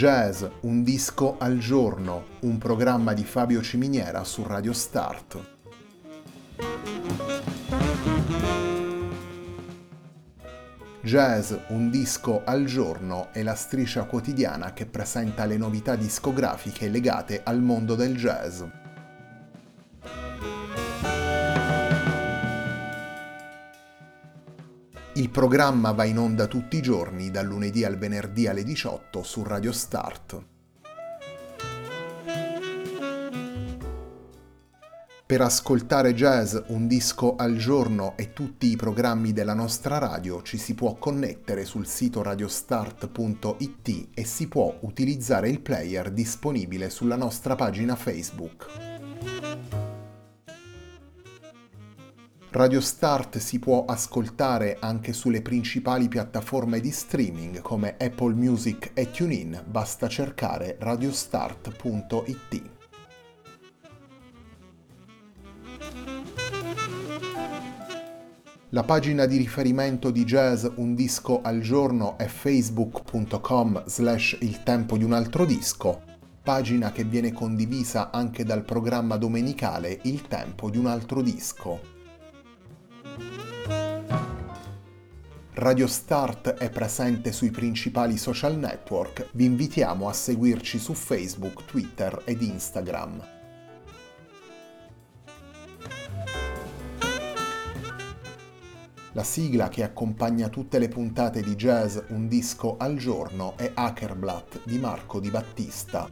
Jazz, un disco al giorno, un programma di Fabio Ciminiera su Radio Start. Jazz, un disco al giorno è la striscia quotidiana che presenta le novità discografiche legate al mondo del jazz. Il programma va in onda tutti i giorni, dal lunedì al venerdì alle 18 su Radio Start. Per ascoltare Jazz, un disco al giorno e tutti i programmi della nostra radio ci si può connettere sul sito radiostart.it e si può utilizzare il player disponibile sulla nostra pagina Facebook. Radio Start si può ascoltare anche sulle principali piattaforme di streaming come Apple Music e TuneIn, basta cercare radiostart.it. La pagina di riferimento di Jazz Un Disco al Giorno è facebook.com/il tempo di un altro disco, pagina che viene condivisa anche dal programma domenicale Il tempo di un altro disco. Radio Start è presente sui principali social network, vi invitiamo a seguirci su Facebook, Twitter ed Instagram. La sigla che accompagna tutte le puntate di Jazz Un Disco al Giorno è Hackerblatt di Marco Di Battista.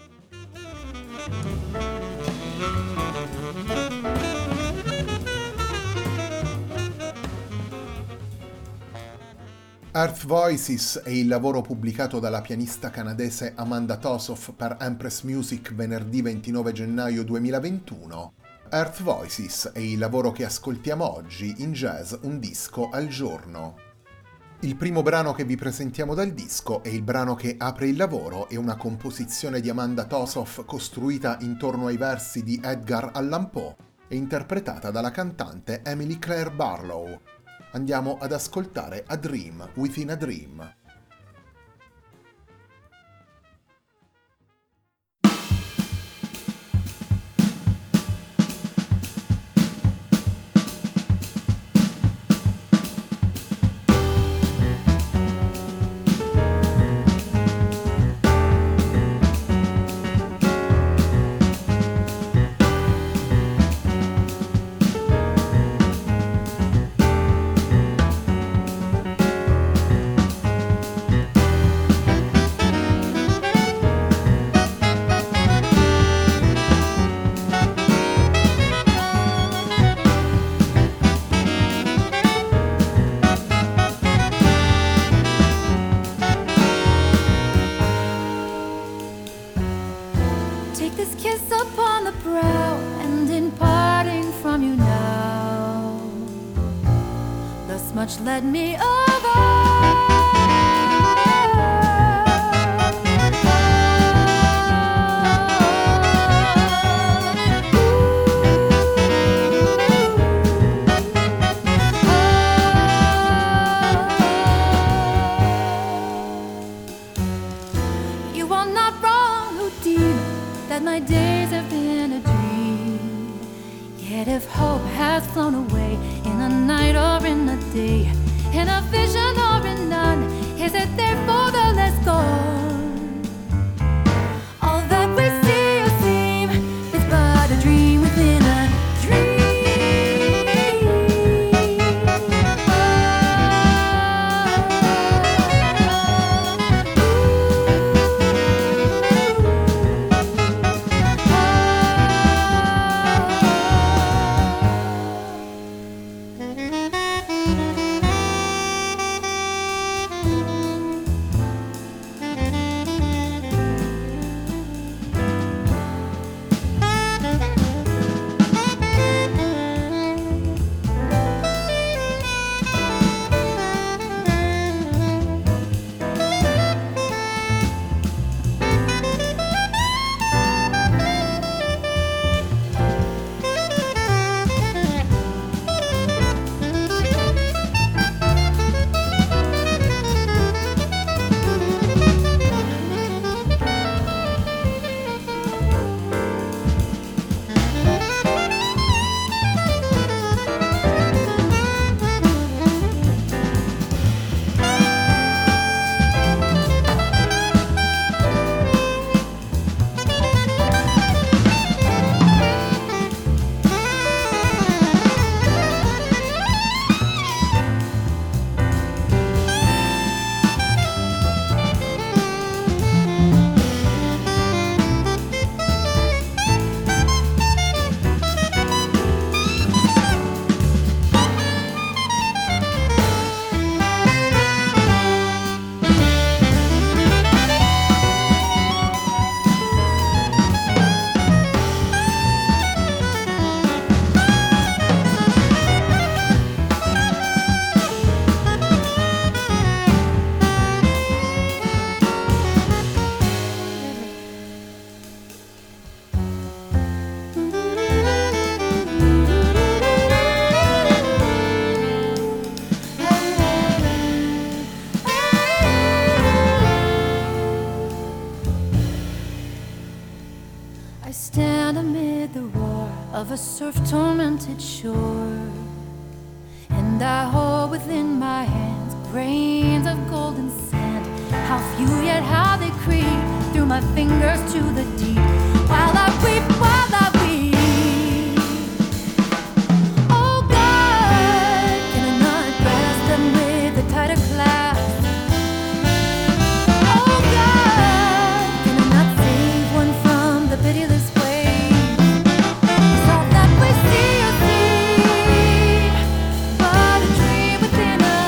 Earth Voices è il lavoro pubblicato dalla pianista canadese Amanda Tosoff per Empress Music venerdì 29 gennaio 2021. Earth Voices è il lavoro che ascoltiamo oggi in Jazz Un Disco al Giorno. Il primo brano che vi presentiamo dal disco è il brano che apre il lavoro, è una composizione di Amanda Tosoff costruita intorno ai versi di Edgar Allan Poe e interpretata dalla cantante Emily Claire Barlow. Andiamo ad ascoltare A Dream Within a Dream. Much led me over. You are not wrong who deem that my days have been a dream. Yet if hope has flown away in a night or in a day, in a vision or in none, is it therefore the less gone? All that we see or seem is but a dream within a dream. of a surf-tormented shore. And I hold within my hands grains of golden sand. How few yet how they creep through my fingers to the deep. While I weep, while I weep. Oh God, can I not grasp them with a tighter clasp? Oh God, can I not save one from the pitiless wave? It's all that we see or see, but a dream within a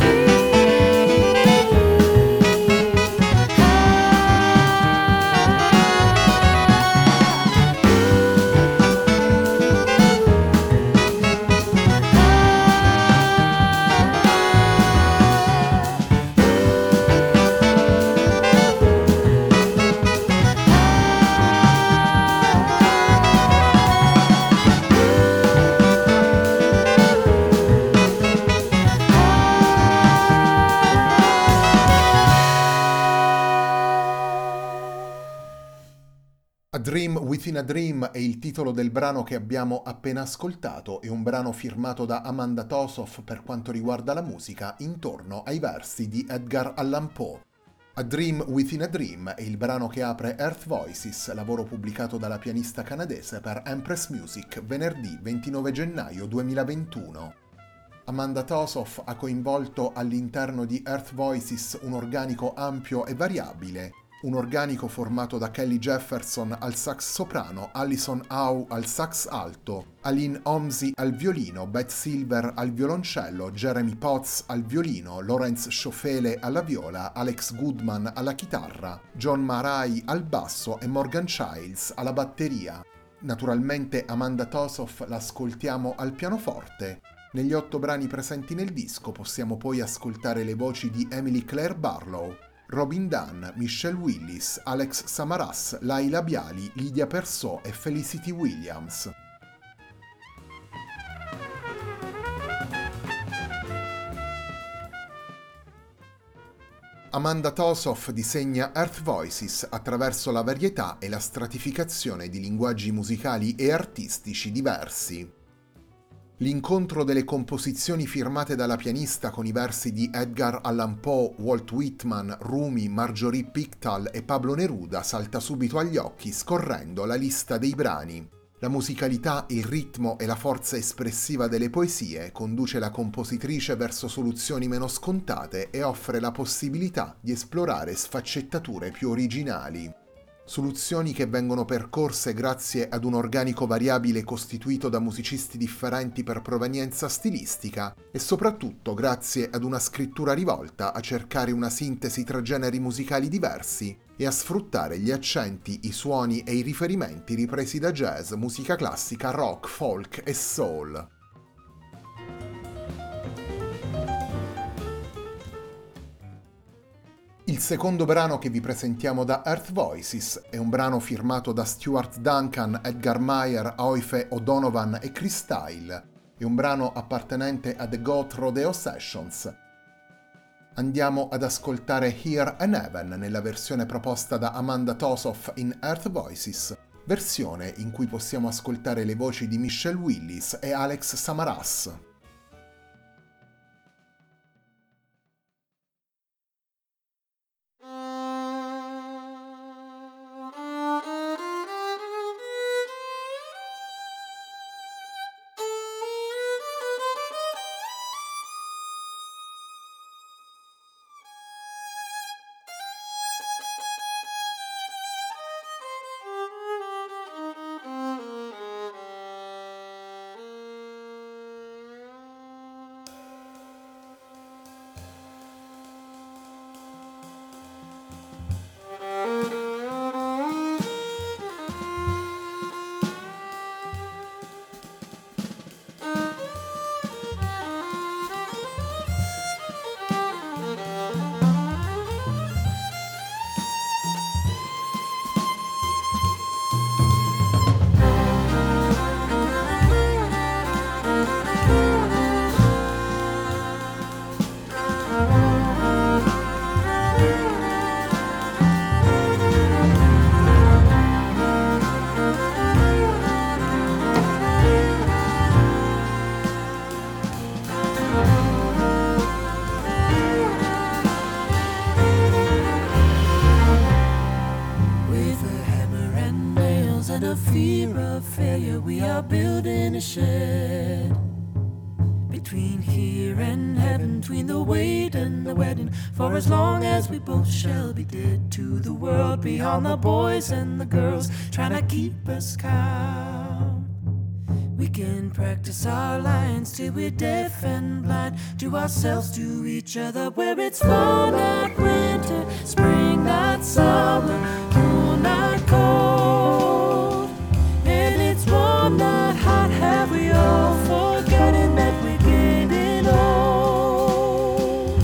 A Dream Within a Dream è il titolo del brano che abbiamo appena ascoltato, è un brano firmato da Amanda Tosoff per quanto riguarda la musica intorno ai versi di Edgar Allan Poe. A Dream Within a Dream è il brano che apre Earth Voices, lavoro pubblicato dalla pianista canadese per Empress Music venerdì 29 gennaio 2021. Amanda Tosoff ha coinvolto all'interno di Earth Voices un organico ampio e variabile, un organico formato da Kelly Jefferson al sax soprano, Alison Howe al sax alto, Aline Omsi al violino, Beth Silver al violoncello, Jeremy Potts al violino, Lawrence Schofele alla viola, Alex Goodman alla chitarra, John Marai al basso e Morgan Childs alla batteria. Naturalmente Amanda Tosoff l'ascoltiamo al pianoforte. Negli 8 brani presenti nel disco possiamo poi ascoltare le voci di Emily Claire Barlow, Robin Dunn, Michelle Willis, Alex Samaras, Laila Biali, Lydia Persot e Felicity Williams. Amanda Tosoff disegna Earth Voices attraverso la varietà e la stratificazione di linguaggi musicali e artistici diversi. L'incontro delle composizioni firmate dalla pianista con i versi di Edgar Allan Poe, Walt Whitman, Rumi, Marjorie Pickthall e Pablo Neruda salta subito agli occhi scorrendo la lista dei brani. La musicalità, il ritmo e la forza espressiva delle poesie conduce la compositrice verso soluzioni meno scontate e offre la possibilità di esplorare sfaccettature più originali. Soluzioni che vengono percorse grazie ad un organico variabile costituito da musicisti differenti per provenienza stilistica e soprattutto grazie ad una scrittura rivolta a cercare una sintesi tra generi musicali diversi e a sfruttare gli accenti, i suoni e i riferimenti ripresi da jazz, musica classica, rock, folk e soul. Il secondo brano che vi presentiamo da Earth Voices è un brano firmato da Stuart Duncan, Edgar Meyer, Oife O'Donovan e Chris Style. È un brano appartenente a The Goat Rodeo Sessions. Andiamo ad ascoltare Here and Heaven nella versione proposta da Amanda Tosoff in Earth Voices, versione in cui possiamo ascoltare le voci di Michelle Willis e Alex Samaras. fear of failure, we are building a shed. Between here and heaven, between the wait and the wedding, for as long as we both shall be dead to the world beyond, the boys and the girls trying to keep us calm. We can practice our lines till we're deaf and blind, to ourselves, to each other, where it's fall, not winter, spring, not summer, cool, not cold, and it's warm, not hot. Have we all forgotten that we're getting old?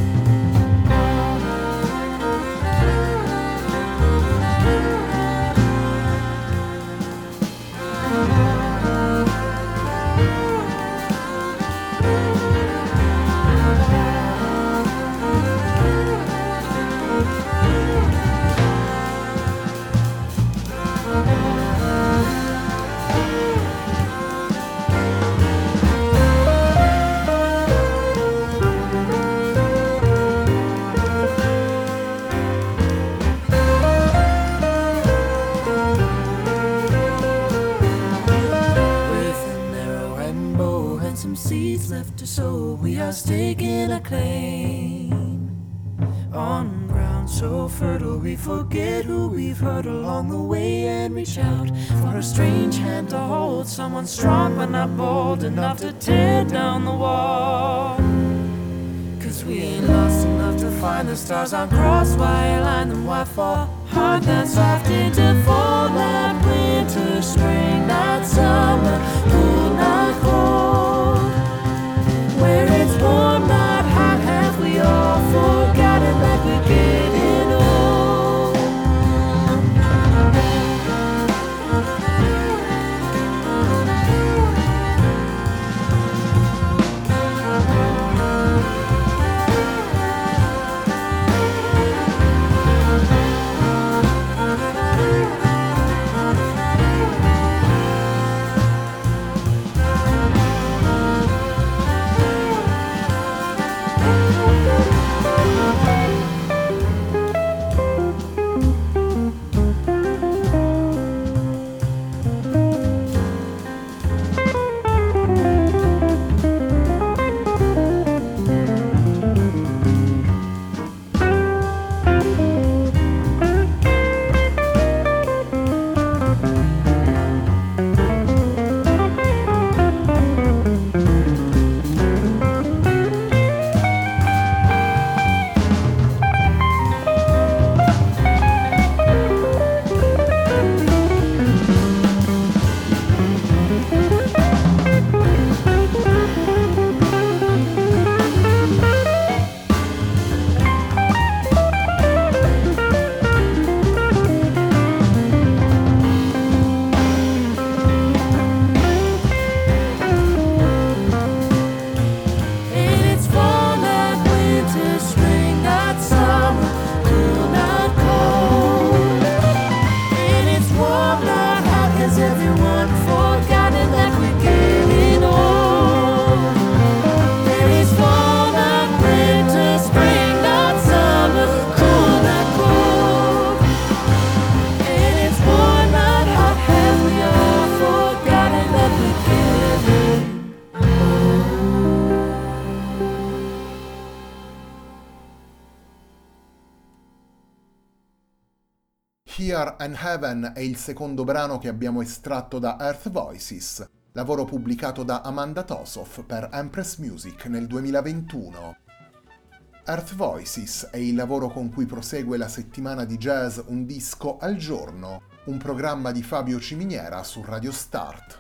Seeds left to sow, we are staking a claim on ground so fertile. We forget who we've hurt along the way and reach out for a strange hand to hold, someone strong but not bold enough to tear down the wall. 'Cause we ain't lost enough to find the stars on cross, why align them, why fall hard, not soft into fall, not winter, spring, not summer, cool, not cold, where it's warm, not hot. Have we all forgotten that we're getting old? Here and Heaven è il secondo brano che abbiamo estratto da Earth Voices, lavoro pubblicato da Amanda Tosoff per Empress Music nel 2021. Earth Voices è il lavoro con cui prosegue la settimana di jazz Un disco al giorno, un programma di Fabio Ciminiera su Radio Start.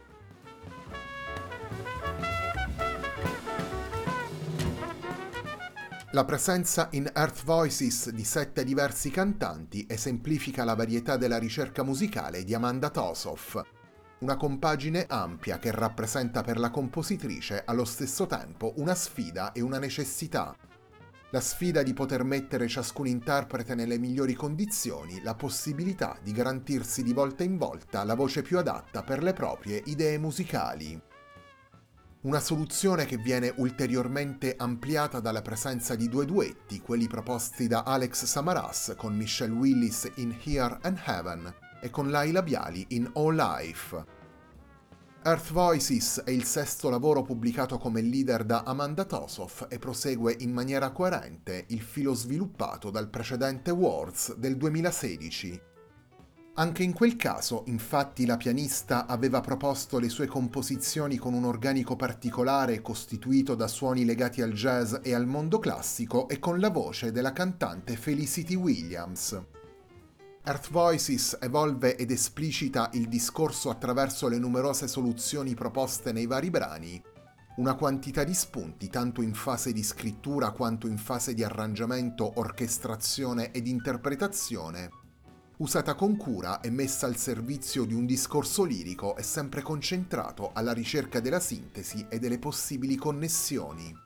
La presenza in Earth Voices di 7 diversi cantanti esemplifica la varietà della ricerca musicale di Amanda Tosoff, una compagine ampia che rappresenta per la compositrice allo stesso tempo una sfida e una necessità. La sfida di poter mettere ciascun interprete nelle migliori condizioni, la possibilità di garantirsi di volta in volta la voce più adatta per le proprie idee musicali. Una soluzione che viene ulteriormente ampliata dalla presenza di 2 duetti, quelli proposti da Alex Samaras con Michelle Willis in Here and Heaven e con l'Ai labiali in All Life. Earth Voices è il sesto lavoro pubblicato come leader da Amanda Tosoff e prosegue in maniera coerente il filo sviluppato dal precedente Words del 2016. Anche in quel caso, infatti, la pianista aveva proposto le sue composizioni con un organico particolare costituito da suoni legati al jazz e al mondo classico e con la voce della cantante Felicity Williams. Earth Voices evolve ed esplicita il discorso attraverso le numerose soluzioni proposte nei vari brani, una quantità di spunti tanto in fase di scrittura quanto in fase di arrangiamento, orchestrazione ed interpretazione, usata con cura e messa al servizio di un discorso lirico e sempre concentrato alla ricerca della sintesi e delle possibili connessioni.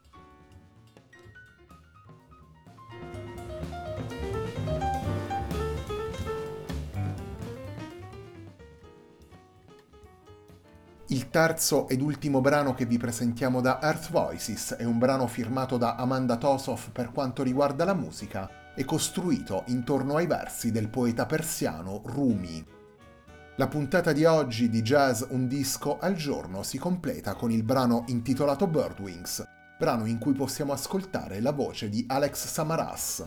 Il terzo ed ultimo brano che vi presentiamo da Earth Voices è un brano firmato da Amanda Tosoff per quanto riguarda la musica e costruito intorno ai versi del poeta persiano Rumi. La puntata di oggi di Jazz Un Disco al Giorno si completa con il brano intitolato Birdwings, brano in cui possiamo ascoltare la voce di Alex Samaras.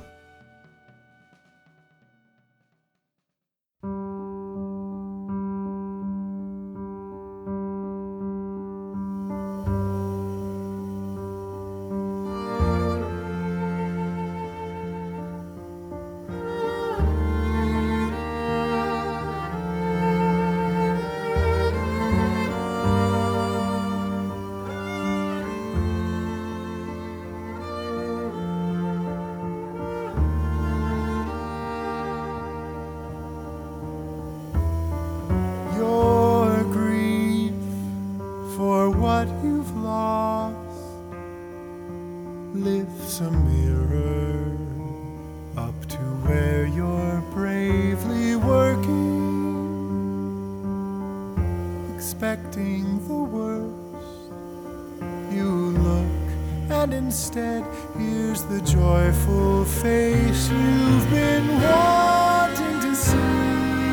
Lifts a mirror up to where you're bravely working, expecting the worst. You look, and instead, here's the joyful face you've been wanting to see.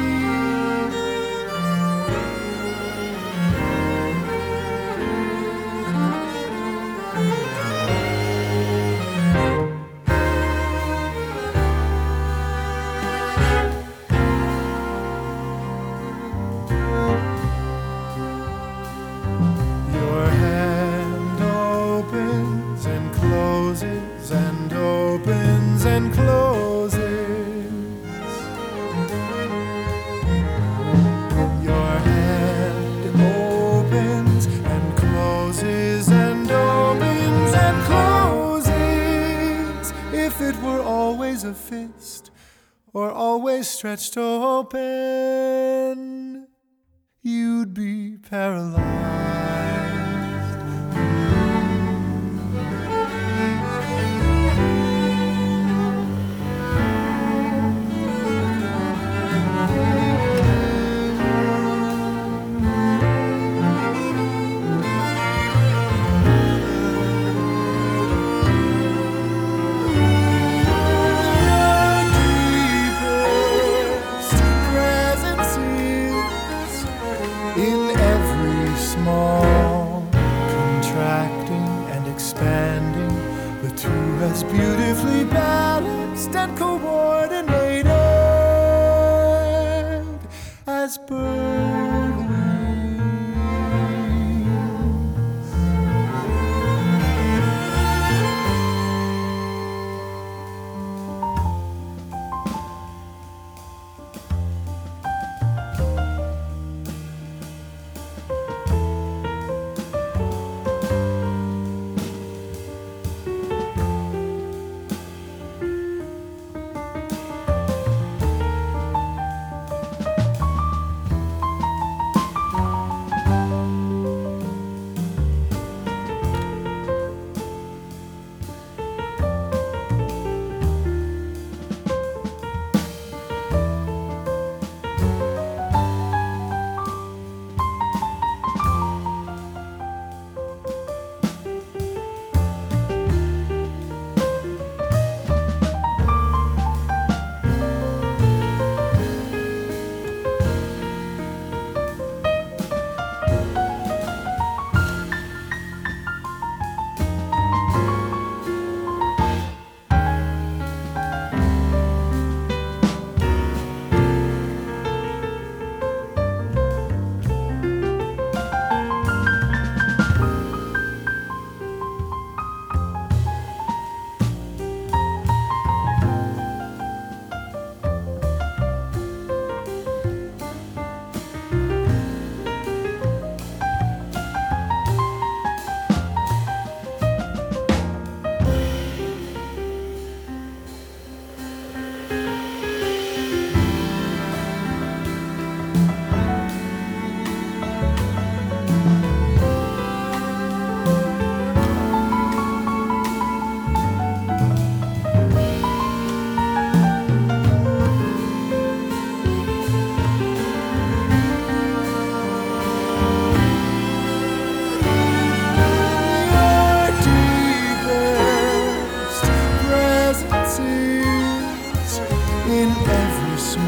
A fist, or always stretched open, you'd be paralyzed. As beautifully balanced and coordinated as bird wings.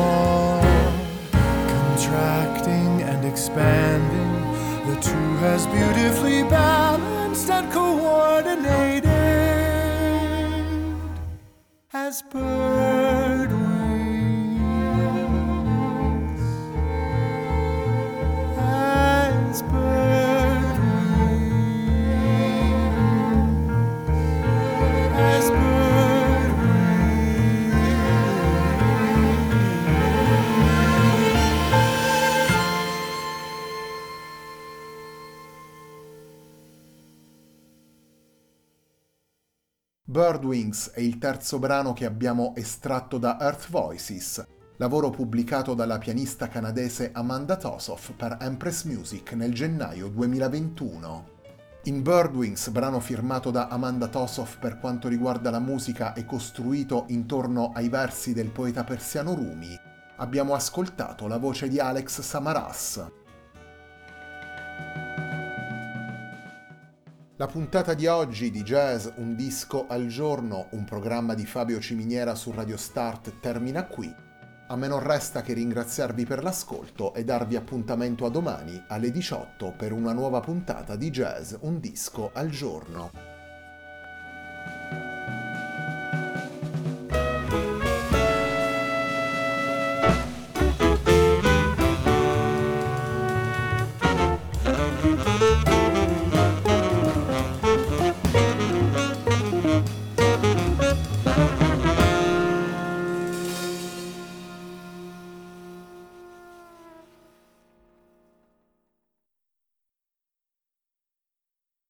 small, contracting and expanding. The two has beautifully balanced and coordinated as bird wings, as bird wings, as bird wings. Birdwings è il terzo brano che abbiamo estratto da Earth Voices, lavoro pubblicato dalla pianista canadese Amanda Tosoff per Empress Music nel gennaio 2021. In Birdwings, brano firmato da Amanda Tosoff per quanto riguarda la musica e costruito intorno ai versi del poeta persiano Rumi, abbiamo ascoltato la voce di Alex Samaras. La puntata di oggi di Jazz Un disco al giorno, un programma di Fabio Ciminiera su Radio Start, termina qui. A me non resta che ringraziarvi per l'ascolto e darvi appuntamento a domani alle 18 per una nuova puntata di Jazz Un disco al giorno.